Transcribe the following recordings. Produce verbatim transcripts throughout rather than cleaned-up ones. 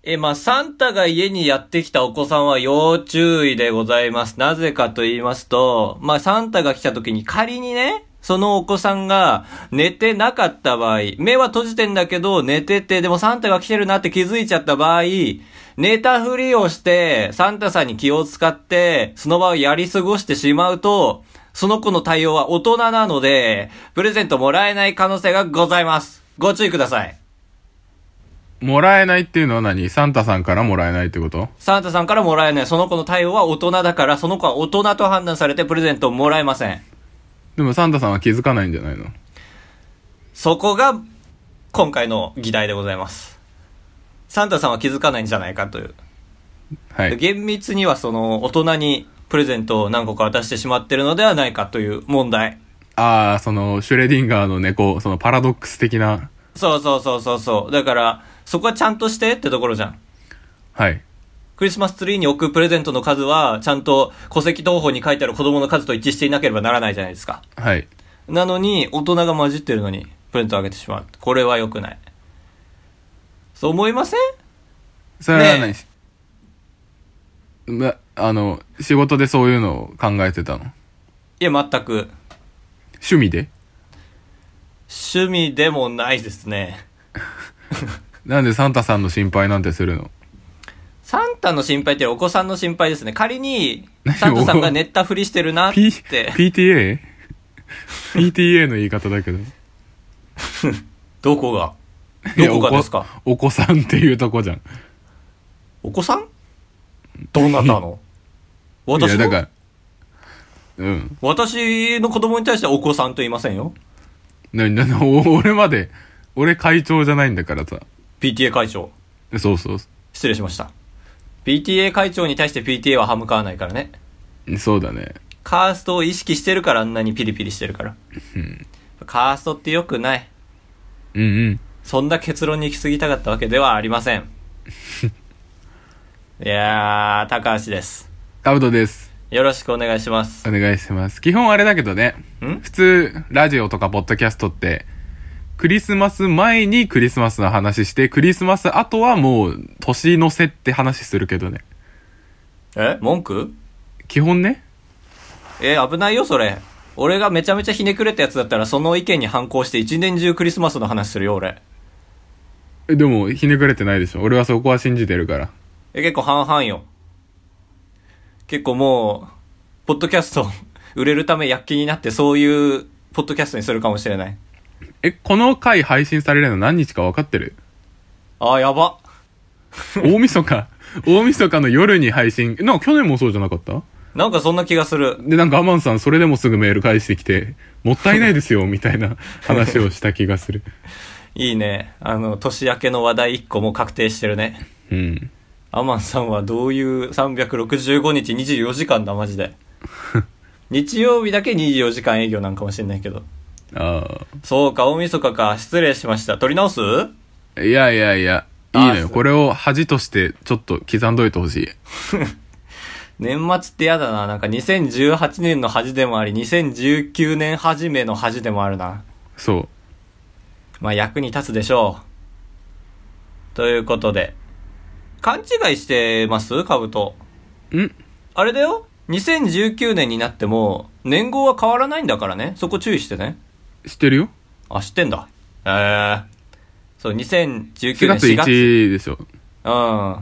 え、まあ、サンタが家にやってきたお子さんは要注意でございます。なぜかと言いますと、まあ、サンタが来た時に仮にね、そのお子さんが寝てなかった場合、目は閉じてんだけど寝てて、でもサンタが来てるなって気づいちゃった場合、寝たふりをしてサンタさんに気を使ってその場をやり過ごしてしまうと、その子の対応は大人なので、プレゼントもらえない可能性がございます。ご注意ください。 もらえないっていうのは何？サンタさんからもらえないってこと？ サンタさんからもらえない。その子の対応は大人だから、その子は大人と判断されてプレゼントをもらえません。 でもサンタさんは気づかないんじゃないの？ そこが今回の議題でございます。サンタさんは気づかないんじゃないかという。 はい。 厳密にはその大人にプレゼントを何個か渡してしまってるのではないかという問題。 ああ、そのシュレディンガーの猫、そのパラドックス的な。 そうそうそうそうそう。だからそこはちゃんとしてってところじゃん。 はい。 クリスマスツリーに置くプレゼントの数はちゃんと戸籍謄本に書いてある子供の数と一致していなければならないじゃないですか。 はい。 なのに大人が混じってるのにプレゼントをあげてしまう。これは良くない。そう思いません？ それは何し、ま、あの仕事でそういうのを考えてたの？ いや全く。 趣味で？ 趣味でもないですね。 なんでサンタさんの心配なんてするの？ サンタの心配ってお子さんの心配ですね。仮にサンタさんが寝たふりしてるなって。 P、ピーティーエー？ ピーティーエー の言い方だけど。 どこがどこがですか？ お子さんっていうとこじゃん。 お子さん？どなたの？私の？ いやだから、うん。 私の子供に対してはお子さんと言いませんよ。 なになに、俺まで、俺会長じゃないんだからさ。 ピーティーエー 会長。 そうそう。 失礼しました。ピーティーエー 会長に対して ピーティーエー は歯向かわないからね。 そうだね。 カーストを意識してるからあんなにピリピリしてるから。 うん。 カーストって良くない。 うんうん。 そんな結論に行き過ぎたかったわけではありません。いやー、高橋です。 カブトです。 よろしくお願いします。 お願いします。基本あれだけどね。 ん？ 普通、ラジオとかポッドキャストって、クリスマス前にクリスマスの話して、クリスマス後はもう、年の瀬って話するけどね。 え？文句？ 基本ね。 えー、危ないよそれ。俺がめちゃめちゃひねくれたやつだったらその意見に反抗して一年中クリスマスの話するよ俺。 え、でも、ひねくれてないでしょ。俺はそこは信じてるから。 え、結構半々よ。結構もう、ポッドキャスト売れるため躍起になってそういうポッドキャストにするかもしれない。 え、この回配信されるの何日か分かってる？ あー、やば。 大晦日、大晦日の夜に配信。なんか去年もそうじゃなかった？ なんかそんな気がする。 で、なんかアマンさんそれでもすぐメール返してきて、もったいないですよ、みたいな話をした気がする。 いいね。あの、年明けの話題いっこも確定してるね。 うん。 アマンさんはどういうさんびゃくろくじゅうごにちにじゅうよじかんだ、マジで。日曜日だけにじゅうよじかん営業なんかもしれないけど。 ああ。 そうか、大晦日か。失礼しました。取り直す？ いやいやいや、いいのよ。これを恥としてちょっと刻んどいてほしい。 年末ってやだな。なんかにせんじゅうはちねんの恥でもあり、にせんじゅうきゅうねん初めの恥でもあるな。 そう。 まあ役に立つでしょう。ということで。勘違いしてますカブト。 ん？あれだよ。にせんじゅうきゅうねんになっても、年号は変わらないんだからね。そこ注意してね。 知ってるよ。 あ、知ってんだ。えー。そう、にせんじゅうきゅうねんしがついちでしょ。 うん。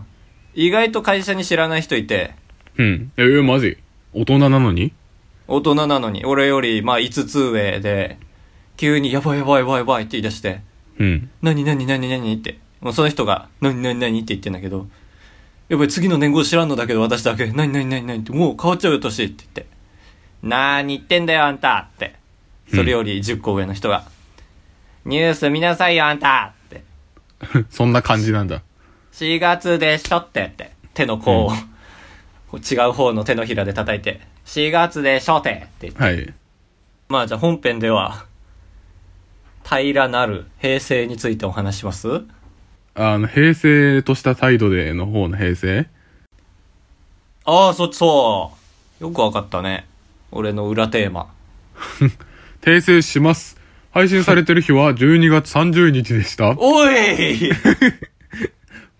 意外と会社に知らない人いて。 うん。えー、マジ？大人なのに？ 大人なのに。俺より、まあいつつ上で、急にやばいやばいやばいやばいって言い出して。 うん。 何何何何って。もうその人が、何何何って言ってんだけど、やっぱり次の年号知らんのだけど私だけ、何何何何って、もう変わっちゃうよ年って言って。なーに言ってんだよあんたって。それよりじゅっこ上の人が、うん、ニュース見なさいよあんたって。 そんな感じなんだ。 しがつでしょってって。手の甲を、うん、違う方の手のひらで叩いて、しがつでしょってって言って。 はい。 まあじゃあ本編では、平らなる平成についてお話します？ あの、平成とした態度での方の平成？ ああ、そっちそう。よくわかったね。俺の裏テーマ。 訂正します。配信されてる日はじゅうにがつさんじゅうにちでした。 おい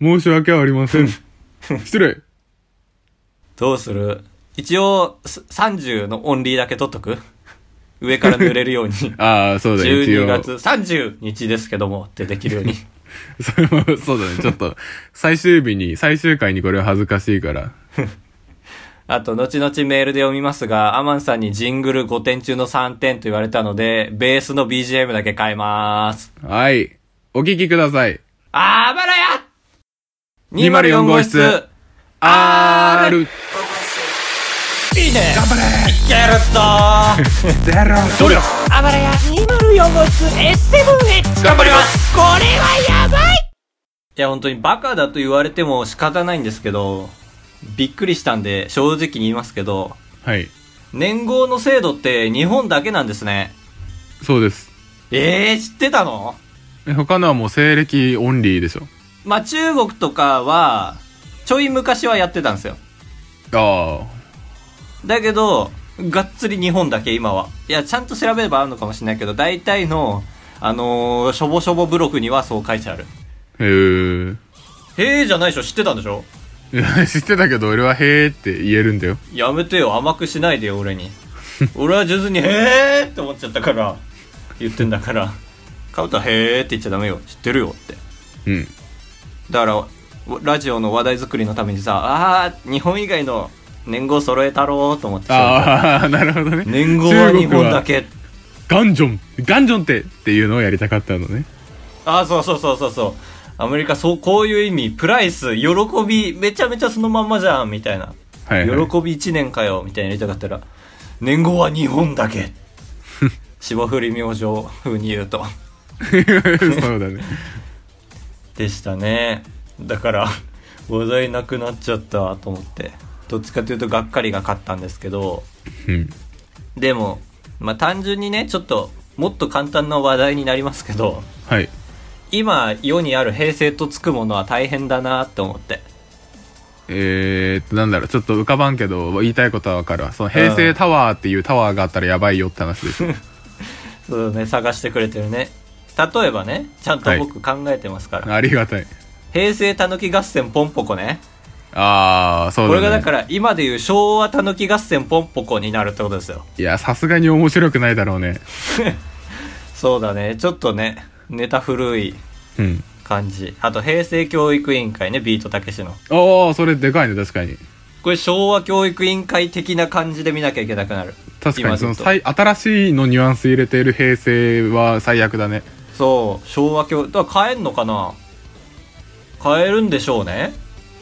申し訳ありません。失礼。 どうする？一応、さんじゅうのオンリーだけ取っとく？上から塗れるように。 ああ、そうだね。 じゅうにがつさんじゅうにちですけどもってできるように。 それも、そうだね。ちょっと、最終日に、最終回にこれは恥ずかしいから。 あと、後々メールで読みますが、アマンさんにジングルごてん中のさんてんと言われたので、ベースの ビージーエム だけ変えまーす。 はい。お聞きください。 あばらや ! にまるよん 号室、あーる。 いいね頑張れいけるぞーゼロどれあばらやにまるよん号室 エスセブン へ頑張りますこれはやばいいや、本当にバカだと言われても仕方ないんですけど、びっくりしたんで正直に言いますけど、 はい。 年号の制度って日本だけなんですね。 そうです。 えー、知ってたの？ 他のはもう西暦オンリーでしょ。 まあ、中国とかは、ちょい昔はやってたんですよ。 ああ。 だけど、がっつり日本だけ今は。いや、ちゃんと調べればあるのかもしれないけど、大体の、あのー、しょぼしょぼブログにはそう書いてある。 へー。 へーじゃないでしょ、知ってたんでしょ？ いや、知ってたけど俺はへーって言えるんだよ。 やめてよ、甘くしないでよ、俺に。俺は上手にへーって思っちゃったから、言ってんだから。カウタへーって言っちゃダメよ、知ってるよって。 うん。 だから、ラジオの話題作りのためにさ、あー、日本以外の年号揃えたろうと思ってさ。 ああ、なるほどね。 年号は日本だけ。 ガンジョンガンジョンってっていうのをやりたかったのね。 ああ、そうそうそうそうそう。アメリカ、そう、こういう意味、プライス、喜び、めちゃめちゃそのまんまじゃん、みたいな。 はいはい、 喜び一年かよ、みたいなやりたかったら、年号は日本だけ。霜降り明星風に言うと。 そうだね。 でしたね。だから、話題なくなっちゃったと思って。どっちかというとがっかりが勝ったんですけど、 うん、 でも、まあ、単純にね、ちょっともっと簡単な話題になりますけど、 はい、 今世にある平成とつくものは大変だなって思って。 えーっとなんだろう、ちょっと浮かばんけど言いたいことは分かるわ。その平成タワーっていうタワーがあったらやばいよって話です。 そうね、探してくれてるね。例えばね、ちゃんと僕考えてますから、 はい、ありがたい。 平成たぬき合戦ポンポコね。 ああ、そうだね。 これがだから今でいう昭和たぬき合戦ポンポコになるってことですよ。 いや、さすがに面白くないだろうね。 そうだね、ちょっとね、ネタ古い感じ、うん、あと平成教育委員会ね、ビートたけしの。 ああ、それでかいね、確かに。 これ昭和教育委員会的な感じで見なきゃいけなくなる。 確かにその最新しいのニュアンス入れている平成は最悪だね。 そう、昭和教だから変えんのかな、変えるんでしょうね。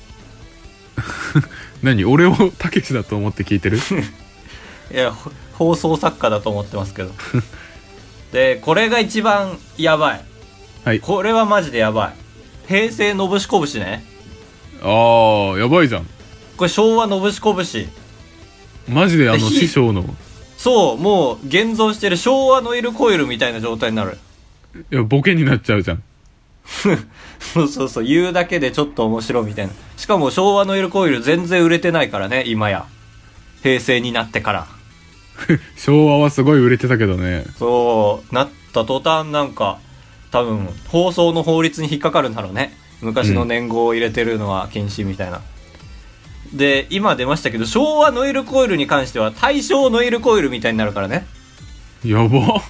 何、俺をたけしだと思って聞いてる？ いや、放送作家だと思ってますけど。で、これが一番やばい。 はい。 これはマジでやばい。平成のぶしこぶしね。 ああ、やばいじゃん。 これ昭和のぶしこぶし。 マジであの師匠の。 そう、もう現像してる昭和のイルコイルみたいな状態になる。 いや、ボケになっちゃうじゃん。 そうそうそう、言うだけでちょっと面白いみたいな。しかも昭和のイルコイル全然売れてないからね、今や。平成になってから。 昭和はすごい売れてたけどね。 そう、なった途端なんか、多分、放送の法律に引っかかるんだろうね。昔の年号を入れてるのは禁止みたいな。うん、で、今出ましたけど、昭和ノイルコイルに関しては大正ノイルコイルみたいになるからね。 やば。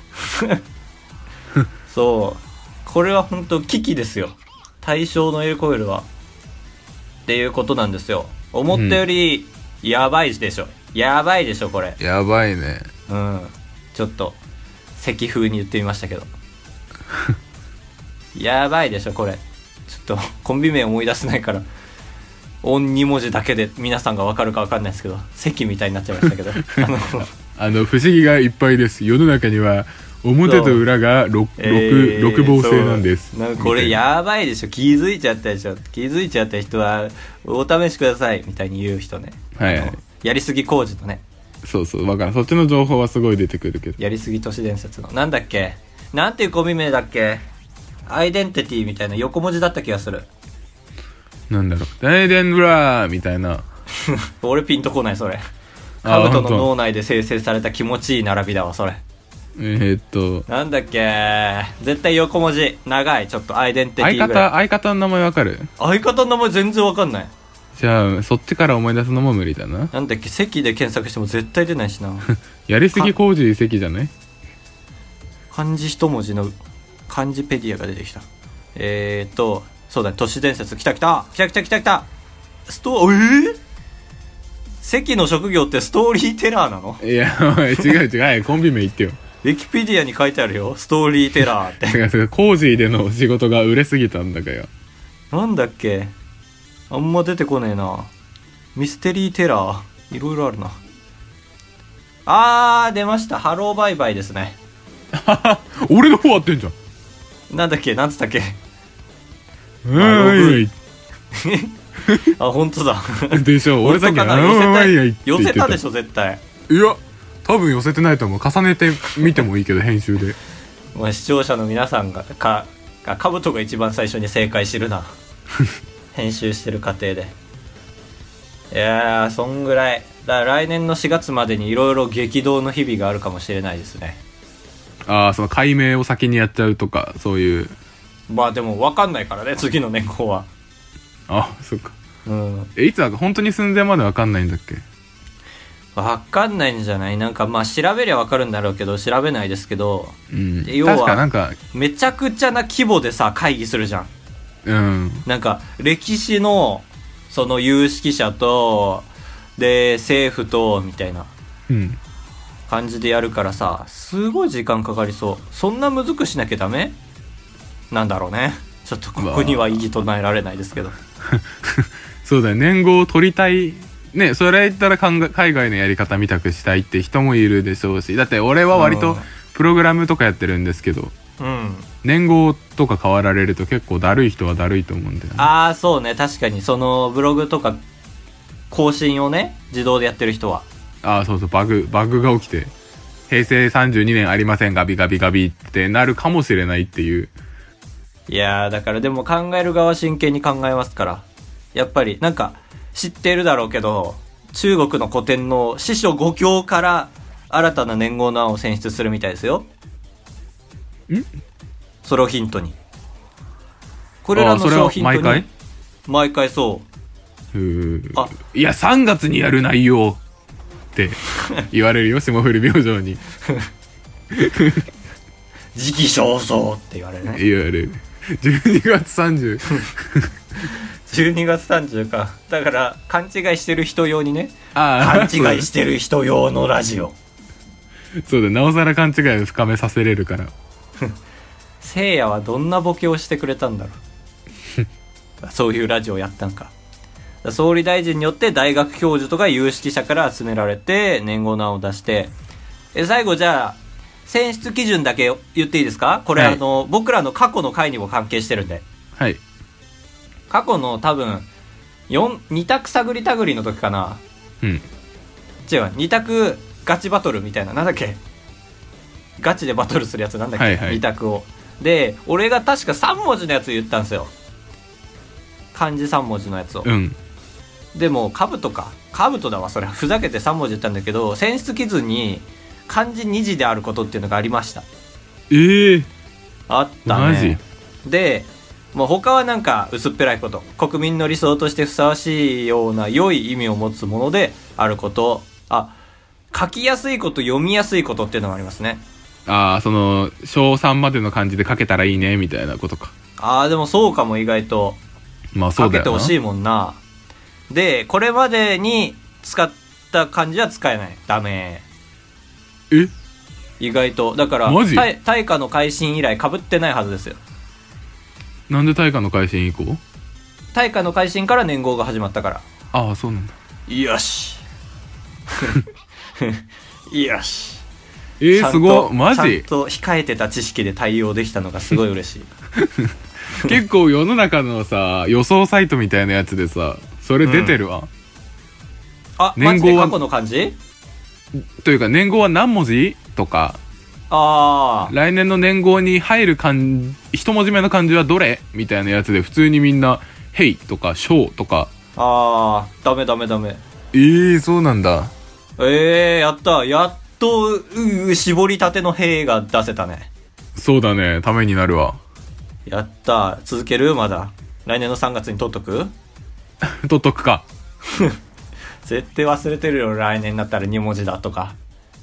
そう。これは本当危機ですよ。大正ノイルコイルは。っていうことなんですよ。思ったより、やばいでしょ。うん、やばいでしょ、これ。 やばいね。 うん。ちょっと、赤風に言ってみましたけど。やばいでしょ、これ。ちょっと、コンビ名思い出せないから、音に文字だけで皆さんがわかるかわかんないですけど、赤みたいになっちゃいましたけど。あの、 あの不思議がいっぱいです。世の中には、表と裏が 6, えー、 六芒星なんです。 なんかこれやばいでしょ。気づいちゃったでしょ。気づいちゃった人はお試しくださいみたいに言う人ね。 はいはい。 やりすぎ工事とね。 そうそう、わかる。そっちの情報はすごい出てくるけど。 やりすぎ都市伝説のなんだっけ。なんていうコンビ名だっけ。アイデンティティみたいな横文字だった気がする。 なんだろう。ダイデンブラーみたいな。 俺ピンとこないそれ。カブトの脳内で生成された気持ちいい並びだわそれ。 えー、っとなんだっけ、絶対横文字長い、ちょっとアイデンティティ相ぐらい。 方相方の名前わかる？ 相方の名前全然わかんない。 じゃあそっちから思い出すのも無理だな。 なんだっけ、関で検索しても絶対出ないしな。 やりすぎ工事関じゃない？ 漢字一文字の漢字ペディアが出てきた。えーっとそうだね、都市伝説。来た来た来た来た来た来た。ストえー、関の職業ってストーリーテラーなの？ いや違う違うコンビ名言ってよ。 ウィキペディアに書いてあるよ、ストーリーテラーって。 違う違う、工事での仕事が売れすぎたんだかよ。 なんだっけ、あんま出てこねえな。ミステリーテラーいろいろあるな。あー出ました、ハローバイバイですね。 俺の方合ってんじゃん。 なんだっけ、なんつったっけ。 うんあ、本当だ。 でしょ、俺さっき寄せた寄せたでしょ絶対。 いや多分寄せてないと思う。重ねてみてもいいけど編集で。 まあ視聴者の皆さんがかかぶとが一番最初に正解してるな。編集してる過程で。いやーそんぐらいだから来年のしがつまでにいろいろ激動の日々があるかもしれないですね。 ああ、その解明を先にやっちゃうとかそういう。 まあでも分かんないからね、次の年号は。 あ、そっか。 うん。 え、いつは本当に寸前まで分かんないんだっけ？ 分かんないんじゃない？なんかまあ調べりゃ分かるんだろうけど調べないですけど、 うん、 要は確かなんかめちゃくちゃな規模でさ会議するじゃん。 うん。 なんか歴史のその有識者とで政府とみたいな感じでやるからさ、すごい時間かかりそう。そんなむずくしなきゃダメなんだろうね。ちょっとここには異議唱えられないですけど。 そうだよ、年号を取りたいね。それ言ったら海外のやり方みたくしたいって人もいるでしょうし、だって俺は割とプログラムとかやってるんですけど、うん、年号とか変わられると結構だるい人はだるいと思うんだよね。 ああそうね、確かにそのブログとか更新をね自動でやってる人は、 ああそうそう、バグバグが起きて平成さんじゅうにねんありませんガビガビガビってなるかもしれないっていう。 いやーだからでも考える側は真剣に考えますから。やっぱりなんか知ってるだろうけど、中国の古典の四書五経から新たな年号の案を選出するみたいですよ。 ん？ それをヒントに。これらの書をヒントに。毎回？毎回そう。 うー、あ、いやさんがつにやる内容って言われるよ、霜降り明星に。 時期尚早って言われるね。 言われる。じゅうにがつさんじゅう。 じゅうにがつさんじゅうか。だから勘違いしてる人用にね。ああ、勘違いしてる人用のラジオ。 そうだ、なおさら勘違いを深めさせれるから。 せいやはどんなボケをしてくれたんだろう。そういうラジオやったんか。総理大臣によって大学教授とか有識者から集められて年号の案を出して、え最後じゃあ選出基準だけ言っていいですか？これ、はい、あの僕らの過去の回にも関係してるんで。 はい。 過去の多分に択探り探りの時かな。 うん。 違う、に択ガチバトルみたいな、なんだっけ、ガチでバトルするやつなんだっけ、はいはい、に択を。で俺が確かさん文字のやつ言ったんですよ、漢字さん文字のやつを。 うん。 でもカブトかカブトだわ、それふざけてさん文字言ったんだけど、選出基準に漢字に字であることっていうのがありました。 えー、 あったね。 マジでもう他はなんか薄っぺらいこと、国民の理想としてふさわしいような良い意味を持つものであること、あ、書きやすいこと、読みやすいことっていうのがありますね。 ああ、その小さんまでの漢字で書けたらいいねみたいなことか。 ああ、でもそうかも、意外と。 まあそうだよな。 書けてほしいもんな。でこれまでに使った漢字は使えない、ダメ。 え、 意外とだからマジ？ 大化の改新以来被ってないはずですよ。 なんで大化の改新以降？ 大化の改新から年号が始まったから。 ああ、そうなんだ。 よしよし。 えー、すごい、マジ？ ちゃんと控えてた知識で対応できたのがすごい嬉しい。 結構世の中のさ予想サイトみたいなやつでさそれ出てるわ、うん、 あ、年号はマジで過去の漢字というか年号は何文字とか、 あ来年の年号に入る漢字一文字目の漢字はどれみたいなやつで普通にみんなヘイとかショーとか。 あー、ダメダメダメ。 えー、そうなんだ。 えー、やったやっとう絞りたての兵が出せたね。 そうだね、ためになるわ。 やったー。続ける？まだ来年のさんがつに取っとく？ 取っとくか。 絶対忘れてるよ、来年になったらに文字だとか。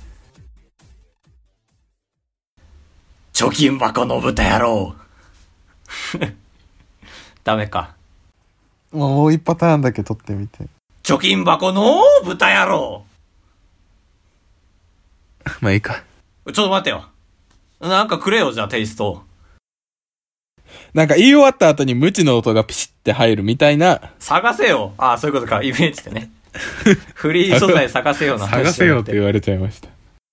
貯金箱の豚野郎。ダメか。 もう一パターンだけ取ってみて。 貯金箱の豚野郎。 まあいいか。 ちょっと待ってよ。なんかくれよ、じゃあテイスト。 なんか言い終わった後に無知の音がピシッて入るみたいな。 探せよ。ああ、そういうことか。イメージでね。フリー素材探せよな。 探せよって言われちゃいました。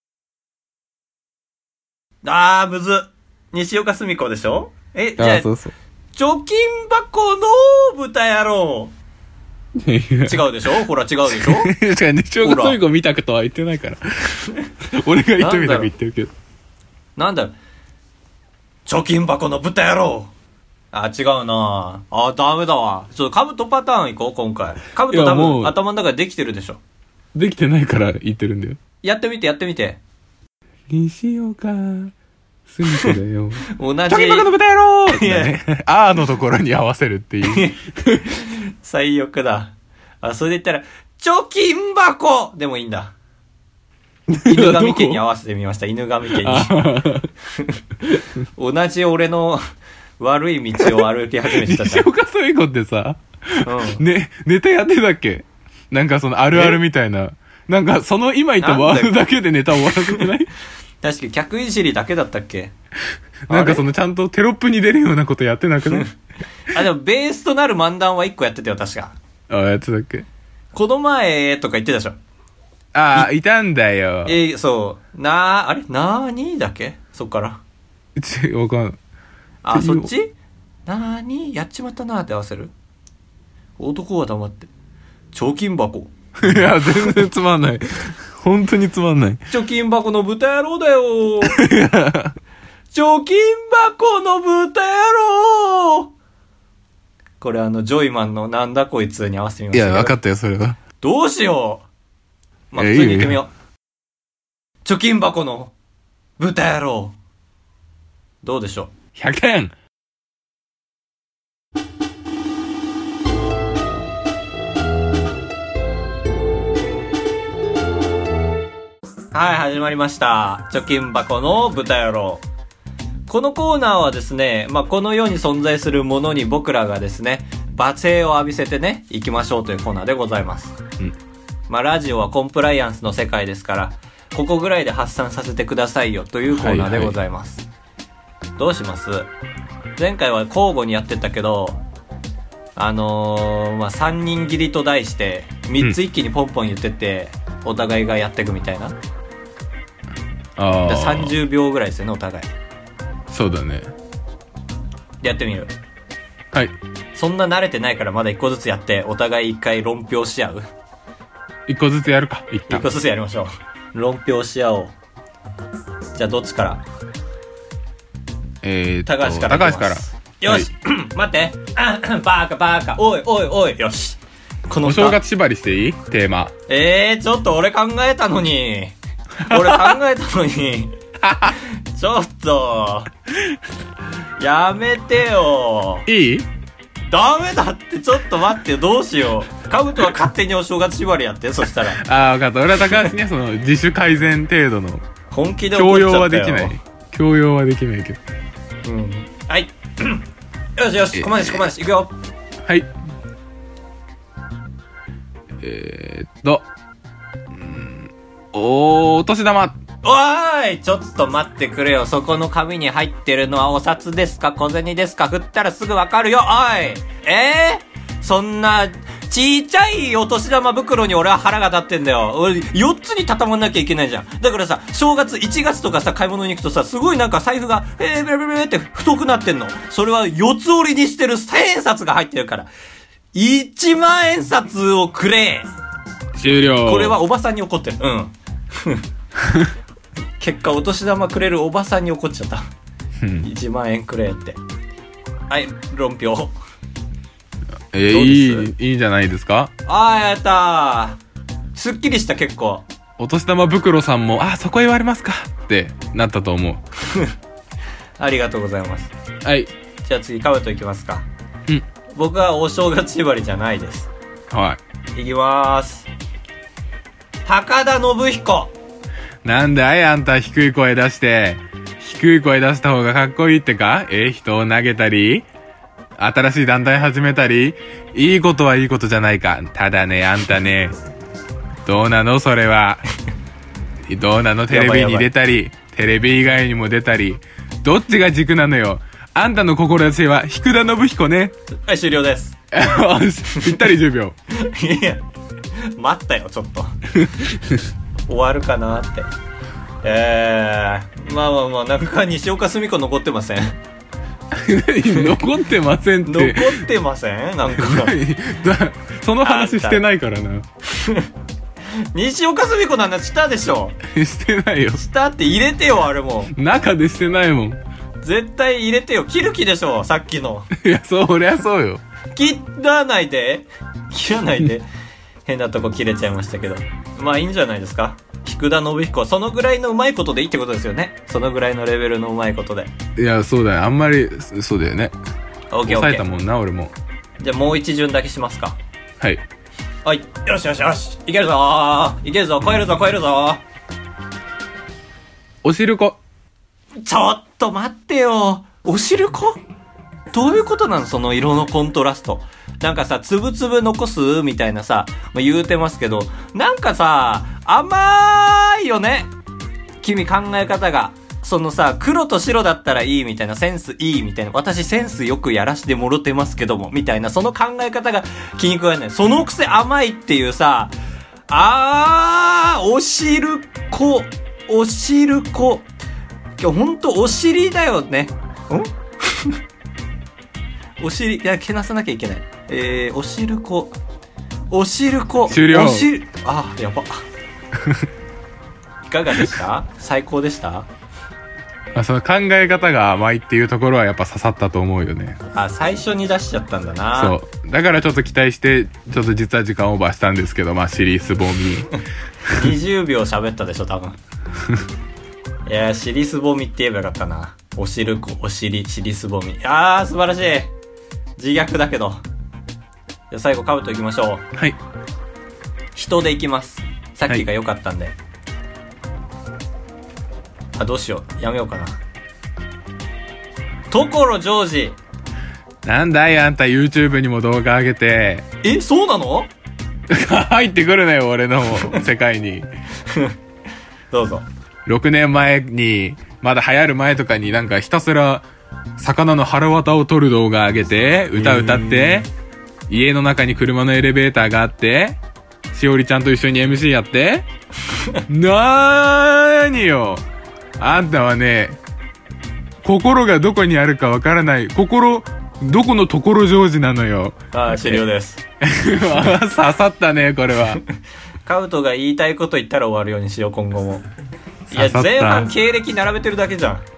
あー、むず。西岡澄子でしょ？え、じゃあ、 あそうそう。 貯金箱の豚野郎。違うでしょ？ほら違うでしょ？ 確かに西岡澄子見たことは言ってないから。俺が言ってみたく言ってるけど。 なんだろう。貯金箱の豚野郎。あ、違うなあ。ダメだわ。ちょっとカブトパターン行こう、今回。カブト多分頭の中でできてるでしょ。 できてないから言ってるんだよ。 やってみて、やってみて。 西岡澄子だよ。 同じ。 貯金箱の豚野郎ってね。あーのところに合わせるっていう。 最悪だ。あ、それで言ったら、貯金箱でもいいんだ。犬神家に合わせてみました。犬神家に。同じ俺の悪い道を歩き始めてたじゃん。 西岡澄子ってさ、 うん、 ね、ネタやってたっけ？なんかそのあるあるみたいな。なんかその今言ったワードだけでネタ終わらせてない？ 確かに客いじりだけだったっけ？ なんかそのちゃんとテロップに出るようなことやってなくない？ あ、でもベースとなる漫談はいっこやってたよ、確か。 あ、やってたっけ？ この前とか言ってたでしょ。 ああ、いたんだよ。 えー、そう。なー、あれなーにだっけ？そっから。 ち、わかんない。 あ、そっち？なーにやっちまったなーって合わせる？男は黙って。貯金箱。 いや、全然つまんない。本当につまんない。 貯金箱の豚野郎だよー。貯金箱の豚野郎。これあの、ジョイマンのなんだこいつに合わせてみました。 いや、わかったよ、それは。 どうしよう。まあ、普通に言ってみよう。貯金箱の豚野郎。どうでしょう。 ひゃくてん。 はい、始まりました。貯金箱の豚野郎。このコーナーはですね、まあ、この世に存在するものに僕らがですね、罵声を浴びせてね、行きましょうというコーナーでございます。うん。まあ、ラジオはコンプライアンスの世界ですから、ここぐらいで発散させてくださいよというコーナーでございます。はいはい、どうします？前回は交互にやってたけど、あのー、まあ、さんにん切りと題して、みっつ一気にポンポン言ってって、うん、お互いがやっていくみたいな。ああ。さんじゅうびょうぐらいですよね、お互い。 そうだね。 やってみる？ はい。 そんな慣れてないからまだ一個ずつやって、お互い一回論評し合う？ 一個ずつやるか、一旦。 一個ずつやりましょう。論評し合おう。じゃあどっちから？ えーと、 高橋から。 高橋から。 よし、はい、待って。バーカバーカ。おいおいおい。よし。 このお正月縛りしていい？テーマ。 えー、ちょっと俺考えたのに。俺考えたのに。ちょっと。やめてよ。 いい？ ダメだって、ちょっと待ってよ。どうしよう。カブトは勝手にお正月縛りやって。そしたら。 ああ、分かった。俺は高橋にはその自主改善程度の。 本気で怒っちゃったよ。 強要はできない。強要はできないけど。 うん。はい。よしよし、こまでしこまでし、いくよ。 はい。えーっと、うん、おー、お年玉。 おーい、ちょっと待ってくれよ。そこの紙に入ってるのはお札ですか小銭ですか振ったらすぐわかるよ。おい。えー、そんな、ちっちゃいお年玉袋に俺は腹が立ってんだよ。俺、よっつに畳まなきゃいけないじゃん。だからさ、正月いちがつとかさ、買い物に行くとさ、すごいなんか財布が、えー、ベレベレベレって太くなってんの。それは四つ折りにしてる千円札が入ってるから。いちまん円札をくれ。 終了。 これはおばさんに怒ってる。うん。結果お年玉くれるおばさんに怒っちゃった。いちまん円くれって。はい、論評。 えー、いい、いいんじゃないですか？ あー、やったー。すっきりした結構。 お年玉袋さんもあそこ言われますかってなったと思う。 ありがとうございます。 はい。 じゃあ次カブトいきますか。 うん。 僕はお正月縛りじゃないです。 はい。 いきまーす。高田信彦。 なんだいあんた低い声出して。低い声出した方がかっこいいってか？え人を投げたり新しい団体始めたりいいことはいいことじゃないか。ただねあんたねどうなのそれは。どうなのテレビに出たりテレビ以外にも出たりどっちが軸なのよ。あんたの志は福田信彦ね。 はい終了です。 ぴったりじゅうびょう。いや待ったよちょっと終わるかなって。えー、まあまあまあなんか西岡澄子残ってません。 残ってませんって残ってませんなんかその話してないからな。 西岡澄子の話したでしょ。 してないよ。 したって入れてよあれも中でしてないもん。 絶対入れてよ。切る気でしょさっきの。 いやそりゃそうよ。 切らないで切らないで変なとこ切れちゃいましたけどまあいいんじゃないですか。福田信彦そのぐらいのうまいことでいいってことですよね。そのぐらいのレベルのうまいことで。 いやそうだよあんまりそうだよね。 オッケーオッケー抑えたもんな俺も。 じゃあもう一巡だけしますか。 はいはいよしよしよしいけるぞーいけるぞ超えるぞ超えるぞ。 おしるこ。 ちょっと待ってよおしるこどういうことなのその色のコントラスト。なんかさつぶつぶ残すみたいなさ、まあ、言うてますけどなんかさ甘いよね君考え方が。そのさ黒と白だったらいいみたいなセンスいいみたいな私センスよくやらしてもろてますけどもみたいなその考え方が気に食わない。そのくせ甘いっていうさあーおしるこおしるこ今日ほんとお尻だよね。んお尻いやけなさなきゃいけない。えー、おしるこおしるこ終了。 おしあやばいかがでした最高でした。 まあ、その考え方が甘いっていうところはやっぱ刺さったと思うよね。 あ最初に出しちゃったんだな。 そうだからちょっと期待してちょっと実は時間オーバーしたんですけどまあシリースボミにじゅうびょう喋ったでしょ多分いやシリスボミって言えばよかったな。おしるこお尻シリスボミあー素晴らしい自虐だけど。じゃ最後カブトいきましょう。 はい人でいきます。さっきが良かったんで、はい、あどうしようやめようかな。所ジョージ。 なんだいあんた YouTube にも動画上げて。 えそうなの入ってくるなよ俺の世界にどうぞ。 ろくねんまえにまだ流行る前とかになんかひたすら魚の腹渡を撮る動画上げて歌歌って家の中に車のエレベーターがあってしおりちゃんと一緒に エムシー やってなーによあんたはね心がどこにあるかわからない心どこの所ジョージなのよ。 ああ終了です刺さったねこれはカウトが言いたいこと言ったら終わるようにしよう今後も。いや前半経歴並べてるだけじゃん。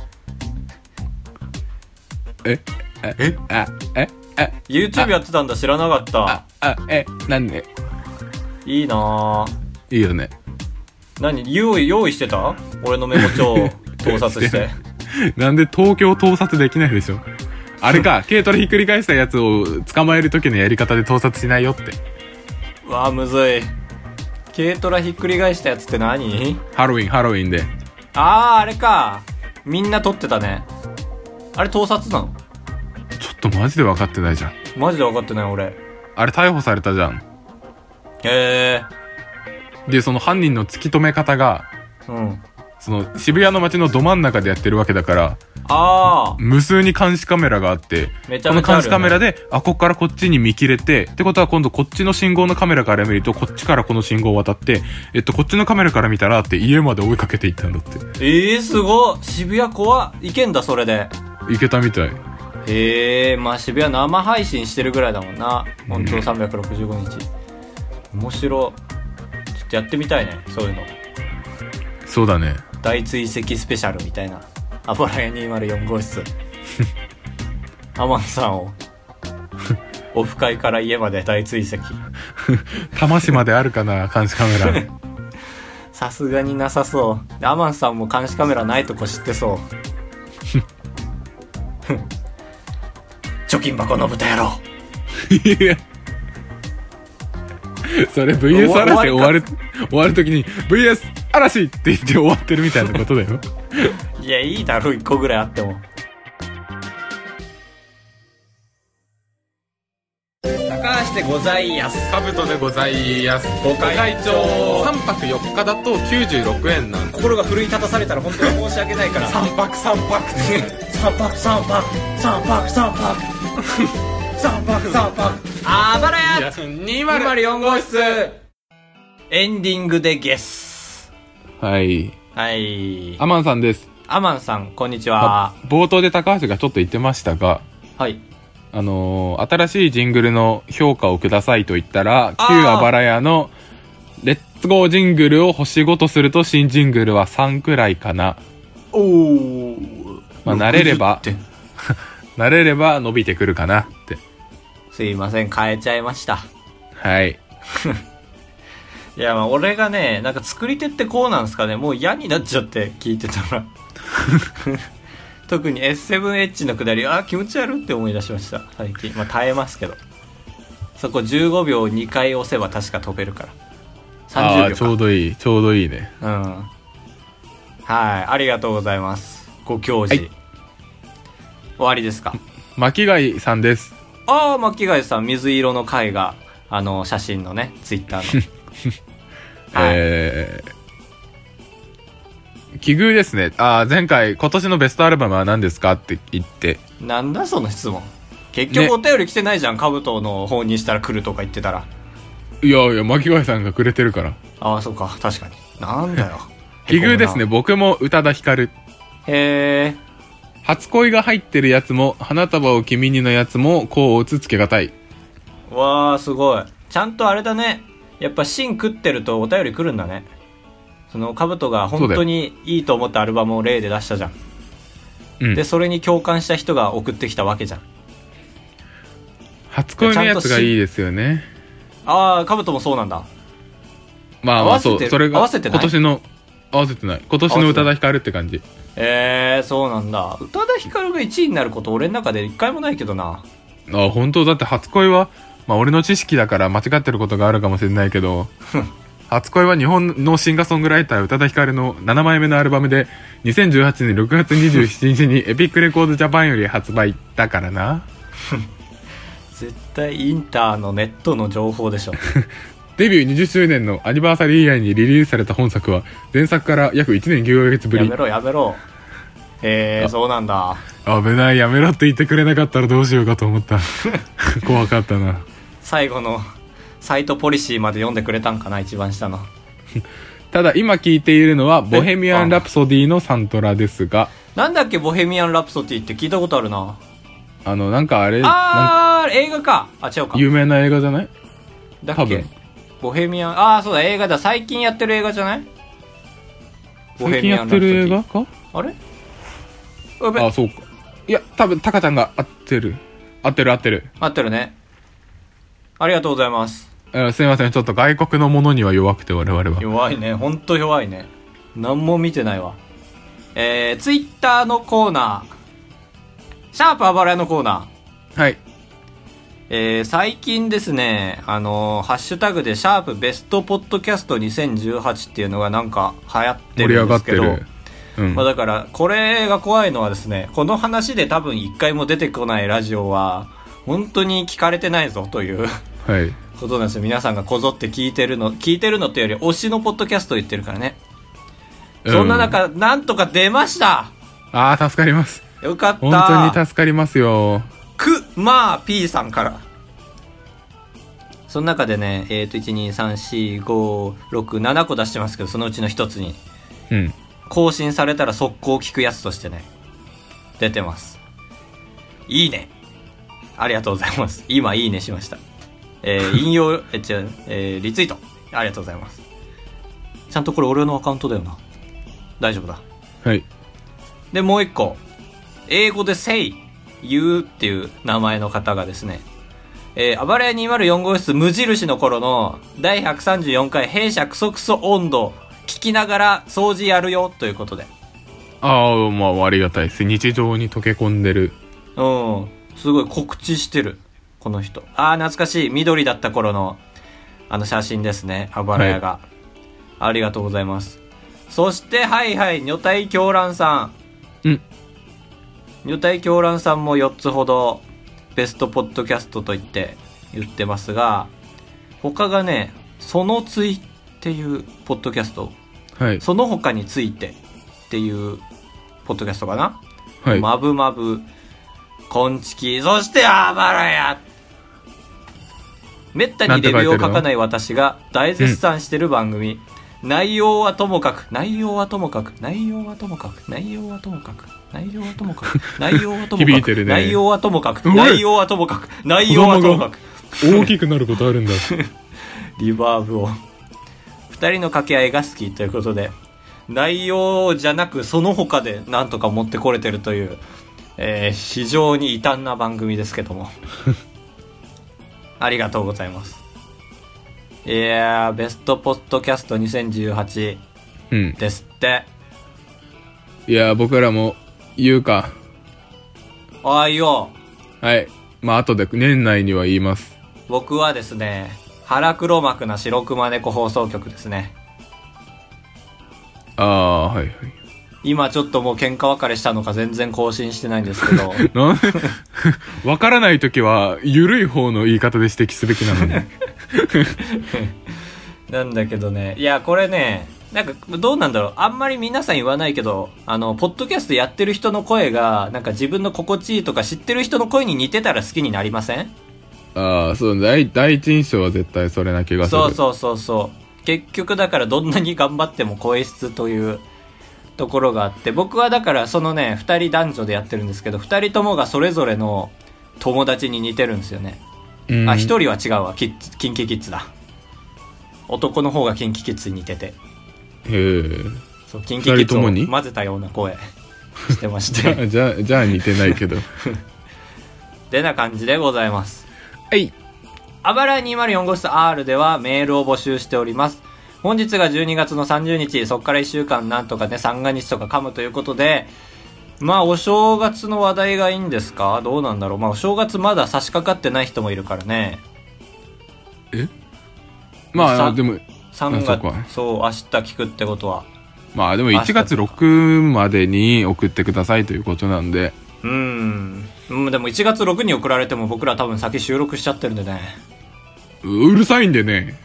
ええあええ YouTube やってたんだ知らなかった。 ああえなんでいいないいよね。 何用意用意してた俺のメモ帳を盗撮してなんで東京盗撮できないでしょあれか軽トラひっくり返したやつを捕まえる時のやり方で盗撮しないよって。 わあむずい。軽トラひっくり返したやつって何？ ハロウィンハロウィンで。 あーあれかみんな撮ってたね。あれ盗撮なの？ ちょっとマジで分かってないじゃん。 マジで分かってない俺。 あれ逮捕されたじゃん。 へえー。でその犯人の突き止め方がうんその渋谷の街のど真ん中でやってるわけだからあ無数に監視カメラがあってめちゃめちゃあるよね、 この監視カメラであこっからこっちに見切れてってことは今度こっちの信号のカメラから見るとこっちからこの信号を渡ってえっとこっちのカメラから見たらって家まで追いかけていったんだって。 えーすごい渋谷怖っ。いけんだそれで。 いけたみたい。 へえー、まあ渋谷生配信してるぐらいだもんな本当さんびゃくろくじゅうごにち、うん、面白い。ちょっとやってみたいねそういうの。 そうだね大追跡スペシャルみたいな。アボラヤにひゃくよん号室アマンさんをオフ会から家まで大追跡多摩市まであるかな監視カメラさすがになさそう。アマンさんも監視カメラないとこ知ってそう。貯金箱の豚野郎。 いやそれ ブイエス 嵐終わる終わる時に ブイエス 嵐って言って終わってるみたいなことだよ。 いや、いいだろ、いっこぐらいあっても。高橋でございやす。 カブトでございます。 ご会長さんぱくよっかだときゅうじゅうろくえんなんで。 心が奮い立たされたら本当に申し訳ないからさんぱくさんぱくさんぱくさんぱくさんぱくさんぱくさんぱくさんぱくあばらやにまるよん号室エンディングでゲス。 はいはい、 アマンさんです。 アマンさん、こんにちは。 冒頭で高橋がちょっと言ってましたが、 はい、 あのー、新しいジングルの評価をくださいと言ったら、旧あばらやのレッツゴージングルを星ごとすると新ジングルはさんくらいかな。 おー、 まあ慣れれば慣れれば伸びてくるかなって。 すいません、変えちゃいました。 はいいや、まあ俺がね、なんか作り手ってこうなんすかね、もう嫌になっちゃって聞いてたら特に エスセブンエッジ のくだり、あー気持ち悪って思い出しました最近。まあ耐えますけど、そこじゅうごびょうにかい押せば確か飛べるから。さんじゅうびょうか。 あーちょうどいいちょうどいいね。 うん、はい、ありがとうございます。ご教示、はい、終わりですか。 巻貝さんです。 ああ、巻貝さん、水色の貝があの写真のね、ツイッターのはい、えー、奇遇ですね。あ、前回今年のベストアルバムは何ですかって言って、 なんだその質問。結局お便り来てないじゃん、ね、カブトの方にしたら来るとか言ってたら。 いやいや、巻貝さんがくれてるから。 ああ、そうか、確かに。なんだよ奇遇ですね。僕も宇多田ヒカル。 へえ。 初恋が入ってるやつも花束を君にのやつもこう打つつけがたい。 わー、すごい。ちゃんとあれだね、やっぱ芯食ってるとお便り来るんだね。そのカブトが本当にいいと思ったアルバムを例で出したじゃん、うん、でそれに共感した人が送ってきたわけじゃん。 初恋のやつがいいですよね。 ああ、カブトもそうなんだ。 まあまあ、そう、それが合わせてない。 今年の合わせてない今年の宇多田ヒカルって感じ。 えー、そうなんだ。宇多田ヒカルがいちいになること俺の中で一回もないけどな。 あ、本当だって初恋は、まあ俺の知識だから間違ってることがあるかもしれないけど初恋は日本のシンガーソングライター宇多田ヒカルのななまいめのアルバムでにせんじゅうはちねんろくがつにじゅうしちにちにエピックレコードジャパンより発売だからな絶対インターのネットの情報でしょデビューにじゅっしゅうねんのアニバーサリーイヤーにリリースされた本作は前作から約いちねんきゅうかげつぶり。 やめろやめろ。へえ、そうなんだ。 危ない、やめろって言ってくれなかったらどうしようかと思った怖かったな。 最後のサイトポリシーまで読んでくれたんかな、一番下のただ今聴いているのはボヘミアン・ラプソディのサントラですが。 なんだっけボヘミアン・ラプソディって聞いたことあるな。 あのなんかあれ、 あー映画か。あ、違うか。 有名な映画じゃないだっけ。多分ボヘミアン、ああそうだ、映画だ。最近やってる映画じゃない。 最近やってる映画か。 あれ、 あ、そうか。いや多分タカちゃんが合ってる合ってる合ってる合ってるね。ありがとうございます。 すいません、ちょっと外国のものには弱くて我々は。 弱いね、ほんと弱いね。何も見てないわ。えー、ツイッターのコーナー、シャープあばらやのコーナー。はい。 えー、最近ですね、あのー、ハッシュタグでシャープベストポッドキャストにせんじゅうはちっていうのがなんか流行ってるんですけど、盛り上がってる。うん、まあだからこれが怖いのはですね、この話で多分一回も出てこないラジオは本当に聞かれてないぞというはい、ことなんですよ。皆さんがこぞって聞いてるの聞いてるのっていうより推しのポッドキャストを言ってるからね、うん、そんな中なんとか出ました。 あー助かります。 よかった。 本当に助かりますよ。 くまー P さんから。その中でね、えーといちにさんしごろくななこ出してますけど、そのうちの一つに、うん、更新されたら速攻聞くやつとしてね出てます。いいね、ありがとうございます。今いいねしました。えー、引用え違う、えー、リツイートありがとうございます。ちゃんとこれ俺のアカウントだよな。大丈夫だ。 はい。 でもう一個、英語で Say 言うっていう名前の方がですね、えー、あばらやにまるよん号室無印の頃のだいひゃくさんじゅうよんかい弊社クソクソ温度聞きながら掃除やるよということで。 ああ、まあありがたいです。日常に溶け込んでる。 うん。すごい告知してる。この人。ああ、懐かしい。緑だった頃の、あの写真ですね。あばらやが、はい。ありがとうございます。そして、はいはい、女体狂乱さん。うん。 女体狂乱さんもよっつほど、ベストポッドキャストと言って言ってますが、他がね、そのついっていうポッドキャスト。 はい。 その他についてっていうポッドキャストかな。 はい。 まぶまぶ、こんちき、そしてあばらや。めったにレビューを書かない私が大絶賛してる番組。うん、内容はともかく、内容はともかく、内容はともかく、内容はともかく、内容はともかく、内容はともかく、ね、内容はともかく、内容はともかく、内容はともかく。 大きくなることあるんだ。 リバーブを。二人の掛け合いが好きということで、内容じゃなくその他でなんとか持ってこれてるという、えー、非常に異端な番組ですけども。ありがとうございます。いやー、ベストポッドキャストにせんじゅうはちですって。 うん、いやー、僕らも言うか。 ああ、言おう。はい。まあ、後で年内には言います。 僕はですね、腹黒幕な白熊猫放送局ですね。 ああ、はいはい。 今ちょっともう喧嘩別れしたのか全然更新してないんですけど。 なんでわからないときは、緩い方の言い方で指摘すべきなのに。 なんだけどね。いや、これね、なんかどうなんだろう。あんまり皆さん言わないけど、あの、ポッドキャストやってる人の声が、なんか自分の心地いいとか知ってる人の声に似てたら好きになりません？ ああ、そう、第、第一印象は絶対それな気がする。 そうそうそうそう。結局だからどんなに頑張っても声質というところがあって、僕はだからそのね、二人男女でやってるんですけど、二人ともがそれぞれの友達に似てるんですよね。うん、あ、一人は違うわ。キッズ、キンキキッズだ。男の方がキンキキッズに似てて。 へえ。 そう、キンキキッズを混ぜたような声してまして。 じゃあ、じゃあ似てないけど。 てな感じでございます。 はい。 あばら にまるよん 号室 R ではメールを募集しております。本日がじゅうにがつのさんじゅうにち、そっからいっしゅうかんなんとかね、三が日とか噛むということで、まあお正月の話題がいいんですか？どうなんだろう。まあお正月まだ差し掛かってない人もいるからね。 え？まあでもさんがつ、そう、明日聞くってことは。 まあでもいちがつろくまでに送ってくださいということなんで。 うーん。でもいちがつろくに送られても僕ら多分先収録しちゃってるんでね。 うるさいんでね。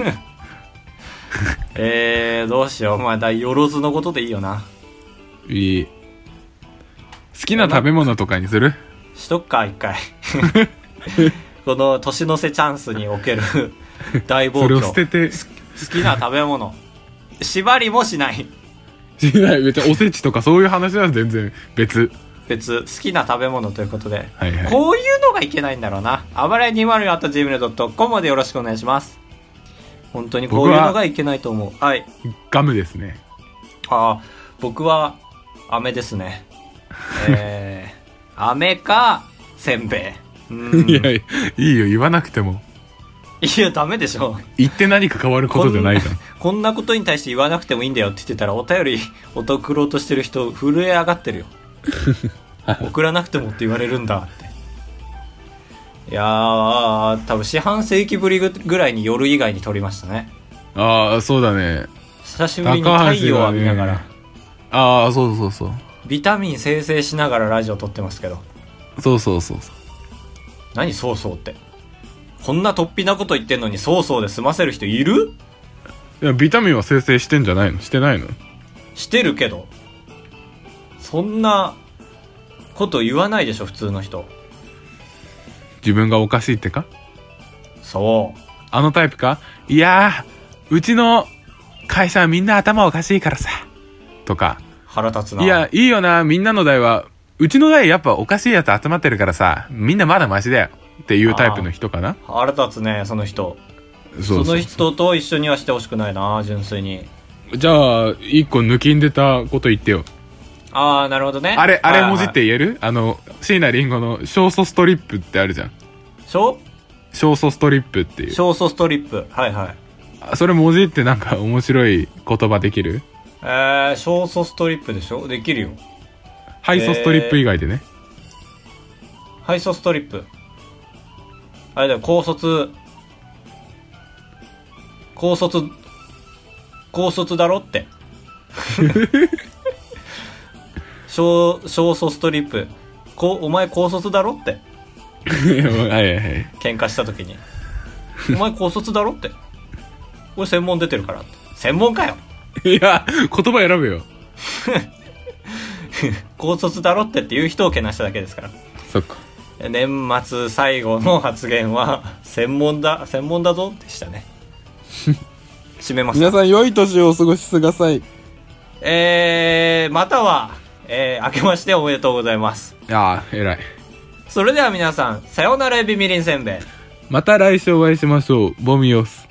えー、どうしよう。まあだ、よろずのことでいいよな。 いい。好きな食べ物とかにする？ しとっか、一回。この年の瀬チャンスにおける大暴挙。 それを捨てて。 好きな食べ物。縛りもしない。 しない。別におせちとかそういう話は全然別。 別。好きな食べ物ということで。 はいはい。 こういうのがいけないんだろうな。あばらや にまるよん アット ジーメール ドット コム までよろしくお願いします。本当にこういうのがいけないと思う。はい。 ガムですね。 ああ、僕は、飴ですね。えー、飴か、せんべい。 うん、いや、いいよ、言わなくても。 いや、ダメでしょ。 言って何か変わることじゃないじゃん。 こんなことに対して言わなくてもいいんだよって言ってたら、お便り送ろうとしてる人、震え上がってるよ。送らなくてもって言われるんだって。いやー、多分四半世紀ぶりぐらいに夜以外に撮りましたね。 ああ、そうだね。 久しぶりに太陽を浴びながら、ね、 ああ、そうそうそう。 ビタミン生成しながらラジオ撮ってますけど。 そうそうそうそう。 何そうそうって。こんな突飛なこと言ってんのにそうそうで済ませる人いる？ いや、ビタミンは生成してんじゃないの？してないの？ してるけど、そんなこと言わないでしょ普通の人。 自分がおかしいってか？ そう。 あのタイプか？いやー、うちの会社はみんな頭おかしいからさ。とか。 腹立つな。 いや、いいよな、みんなの代は、うちの代やっぱおかしいやつ集まってるからさ、みんなまだマシだよ。っていうタイプの人かな？ 腹立つね、その人。そうそうそう。その人と一緒にはしてほしくないな、純粋に。 じゃあ、一個抜きんでたこと言ってよ。 あー、なるほどね。 あれ、あれ文字って言える？はいはい、あの、椎名林檎の小素ストリップってあるじゃん。 小？ 小素ストリップっていう。 小素ストリップ。はいはい。 それ文字ってなんか面白い言葉できる？ えー、小ソストリップでしょ？できるよ。 ハイソストリップ以外でね。 えー、ハイソストリップ。あれだよ、高卒、高卒、高卒だろって。小、小ソストリップ。こお前高卒だろって。 はいはいはい。 喧嘩した時に。お前高卒だろって。俺専門出てるからって。専門かよ。 いや、言葉選べよ。 高卒だろってっていう人をけなしただけですから。 そっか。 年末最後の発言は専門だ専門だぞでしたね。締めます。 皆さん良い年をお過ごしください。 えー、または、えー、明けましておめでとうございます。 ああ、偉い。 それでは皆さん、さようならエビみりんせんべい。 また来週お会いしましょう。ボミオス。